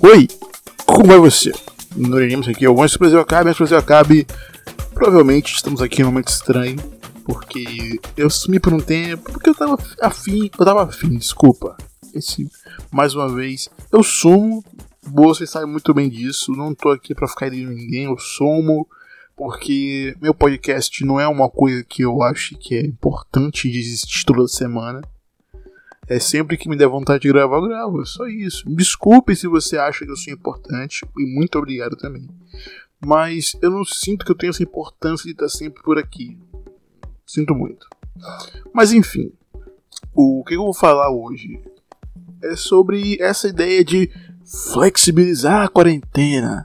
Oi, como vai você? Não iremos aqui, antes que o Brasil acabe, provavelmente estamos aqui em um momento estranho, porque eu sumi por um tempo, porque eu tava afim, desculpa. Mais uma vez, eu sumo, você sabe muito bem disso, não tô aqui pra ficar herindo ninguém, eu sumo, porque meu podcast não é uma coisa que eu acho que é importante de existir toda semana. É sempre que me der vontade de gravar, eu gravo, é só isso. Desculpe se você acha que eu sou importante, e muito obrigado também. Mas eu não sinto que eu tenho essa importância de estar sempre por aqui. Sinto muito. Mas enfim, o que eu vou falar hoje é sobre essa ideia de flexibilizar a quarentena.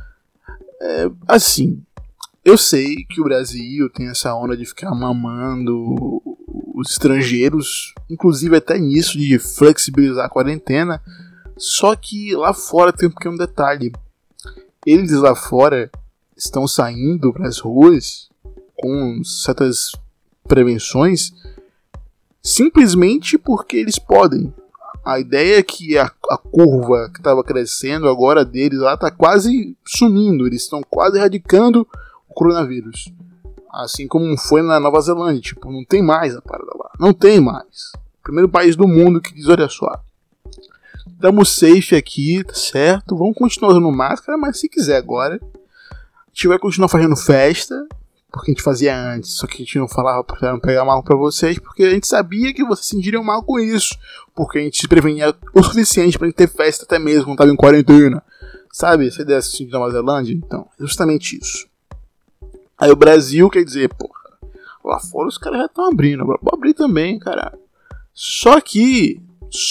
Assim, eu sei que o Brasil tem essa onda de ficar mamando os estrangeiros, inclusive até nisso de flexibilizar a quarentena, só que lá fora tem um pequeno detalhe. Eles lá fora estão saindo para as ruas com certas prevenções simplesmente porque eles podem. A ideia é que a curva que estava crescendo agora deles lá está quase sumindo, eles estão quase erradicando o coronavírus. Assim como foi na Nova Zelândia, tipo, não tem mais a parada lá. Não tem mais. Primeiro país do mundo que diz, olha só, estamos safe aqui, tá certo? Vamos continuar usando máscara, mas se quiser agora, a gente vai continuar fazendo festa, porque a gente fazia antes, só que a gente não falava pra não pegar mal pra vocês, porque a gente sabia que vocês se sentiriam mal com isso, porque a gente se prevenia o suficiente pra gente ter festa até mesmo quando tava em quarentena. Sabe, essa ideia assim de Nova Zelândia? Então, é justamente isso. Aí o Brasil, quer dizer, porra, lá fora os caras já estão abrindo, agora vou abrir também, caralho. Só que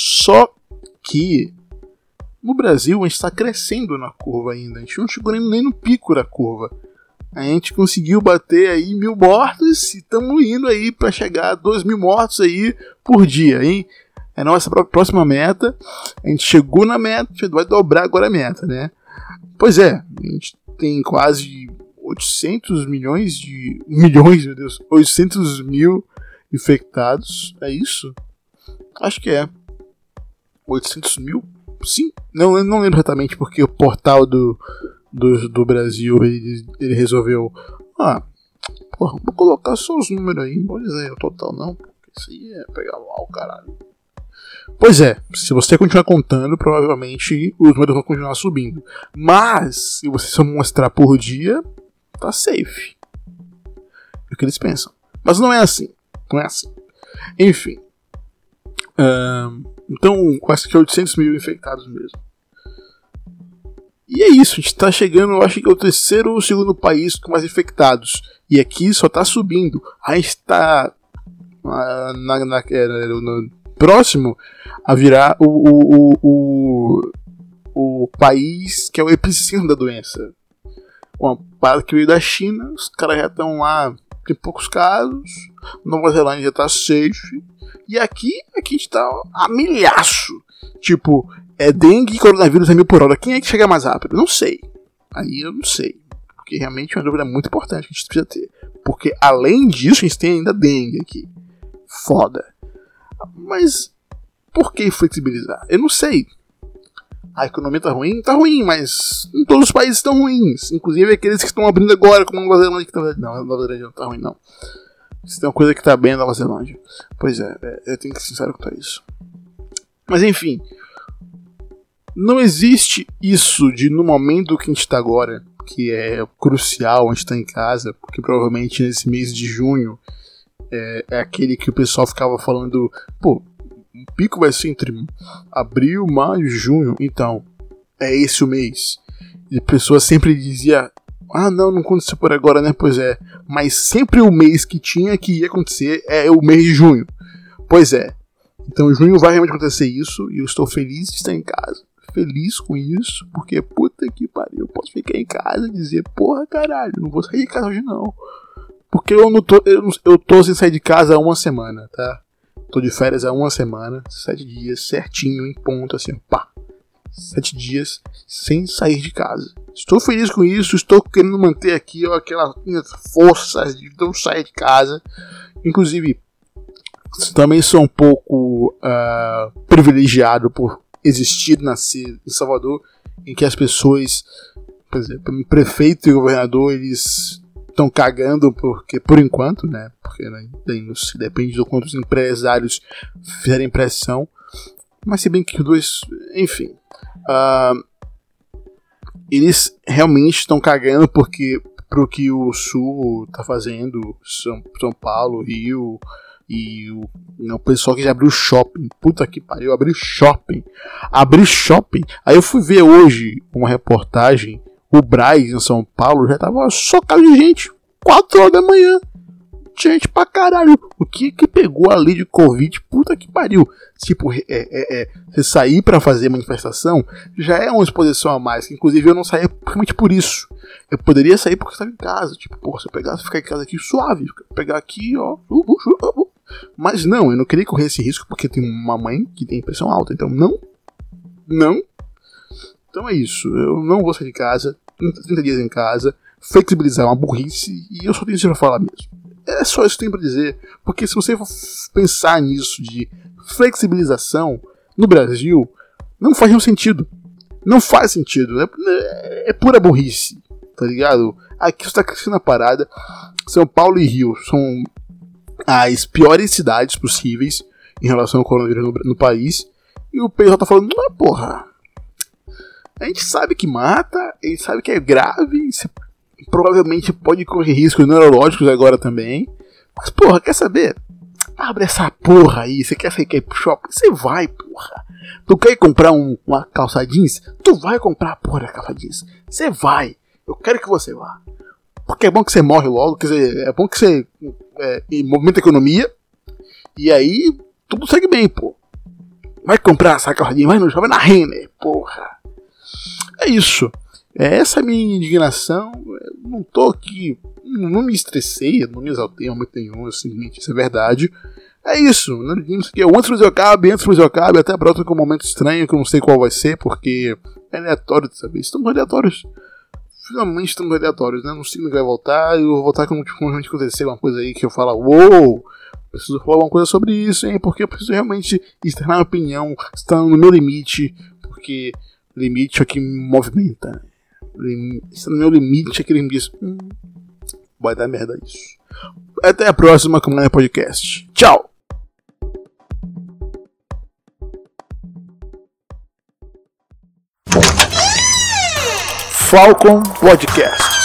no Brasil a gente está crescendo na curva ainda, a gente não chegou nem no pico da curva. A gente conseguiu bater aí 1.000 mortos e estamos indo aí para chegar a 2.000 mortos aí por dia, hein? É a nossa próxima meta, a gente chegou na meta, a gente vai dobrar agora a meta, né? Pois é, a gente tem quase 800 mil infectados, é isso? Acho que é 800 mil? Sim, não lembro exatamente porque o portal do Brasil ele resolveu, vou colocar só os números aí, não vou dizer o total não, porque isso aí é pegar mal, caralho. Pois é, se você continuar contando, provavelmente os números vão continuar subindo, mas se você só mostrar por dia, tá safe. É o que eles pensam. Mas não é assim. Enfim. Então, quase que 800 mil infectados mesmo. E é isso. A gente tá chegando, eu acho que é o terceiro ou segundo país com mais infectados. E aqui só tá subindo. A gente tá no próximo a virar o país que é o epicentro da doença. Uma parada que veio da China, os caras já estão lá, tem poucos casos, Nova Zelândia já tá safe, e aqui a gente tá a milhaço. Tipo, é dengue e coronavírus a 1.000 por hora. Quem é que chega mais rápido? Não sei. Aí eu não sei. Porque realmente é uma dúvida muito importante que a gente precisa ter. Porque além disso, a gente tem ainda dengue aqui. Foda. Mas por que flexibilizar? Eu não sei. A economia tá ruim? Tá ruim, mas em todos os países estão ruins. Inclusive aqueles que estão abrindo agora, como a Nova Zelândia. Que tá... Não, a Nova Zelândia não tá ruim, não. Se tem uma coisa que tá bem, é a Nova Zelândia. Pois é, eu tenho que ser sincero quanto a isso. Mas enfim, não existe isso de no momento que a gente tá agora, que é crucial, a gente tá em casa, porque provavelmente nesse mês de junho é aquele que o pessoal ficava falando, pô, o pico vai ser entre abril, maio e junho. Então, é esse o mês. E a pessoa sempre dizia, não aconteceu por agora, né? Pois é. Mas sempre o mês que ia acontecer é o mês de junho. Pois é. Então, em junho vai realmente acontecer isso. E eu estou feliz de estar em casa. Feliz com isso. Porque, puta que pariu, eu posso ficar em casa e dizer, porra, caralho, não vou sair de casa hoje não. Porque eu tô sem sair de casa há uma semana, tá? Tô de férias há uma semana, 7 dias, certinho, em ponto, assim, pá. 7 dias sem sair de casa. Estou feliz com isso, estou querendo manter aqui aquela força de não sair de casa. Inclusive, também sou um pouco privilegiado por existir, nascer em Salvador. em que as pessoas, por exemplo, o prefeito e o governador, eles estão cagando porque, por enquanto, né? Porque né, depende do quanto os empresários fizerem pressão. Mas se bem que os dois, enfim, eles realmente estão cagando porque pro que o Sul tá fazendo, São Paulo, Rio e o pessoal que já abriu shopping. Puta que pariu, abri shopping. Aí eu fui ver hoje uma reportagem, o Brás em São Paulo já tava socado de gente, 4 horas da manhã. Gente pra caralho. O que pegou ali de Covid? Puta que pariu. Tipo, você sair pra fazer manifestação já é uma exposição a mais. Inclusive eu não saía realmente por isso. Eu poderia sair porque estava em casa. Tipo, porra, se eu pegasse, ficar em casa aqui suave. Pegar aqui, ó. Mas não, eu não queria correr esse risco porque tem uma mãe que tem pressão alta. Então não. Então é isso. Eu não vou sair de casa. 30 dias em casa. Flexibilizar é uma burrice. E eu só tenho isso pra falar mesmo. É só isso que eu tenho pra dizer, porque se você for pensar nisso de flexibilização no Brasil, não faz nenhum sentido. Não faz sentido. É pura burrice, tá ligado? Aqui você tá crescendo a parada. São Paulo e Rio são as piores cidades possíveis em relação ao coronavírus no país. E o pessoal tá falando, não, porra. A gente sabe que mata, a gente sabe que é grave, provavelmente pode correr riscos neurológicos agora também. Mas, porra, quer saber? Abre essa porra aí. Você quer ir pro shopping? Você vai, porra. Tu quer comprar uma calça jeans? Tu vai comprar a porra da calça jeans. Você vai. Eu quero que você vá. Porque é bom que você morre logo. Quer dizer, é bom que você movimenta a economia. E aí, tudo segue bem, pô. Vai comprar essa calça jeans, vai no shopping, vai na Renner, porra. É isso. Essa é a minha indignação. Eu não tô aqui, não me estressei, não me exaltei em momento nenhum, simplesmente isso é verdade. É isso, não digamos que antes do Brasil acabe, até a próxima com um momento estranho que eu não sei qual vai ser, porque é aleatório dessa vez. Estamos aleatórios. Finalmente estamos aleatórios, né? Não sei quando vai voltar, eu vou voltar quando realmente acontecer uma coisa aí que eu falo, uou, preciso falar uma coisa sobre isso, hein? Porque eu preciso realmente externar minha opinião, estar no meu limite, porque limite é o que me movimenta. Está no meu limite, aquele me diz, vai dar merda isso. Até a próxima com o podcast. Tchau! Falcon Podcast.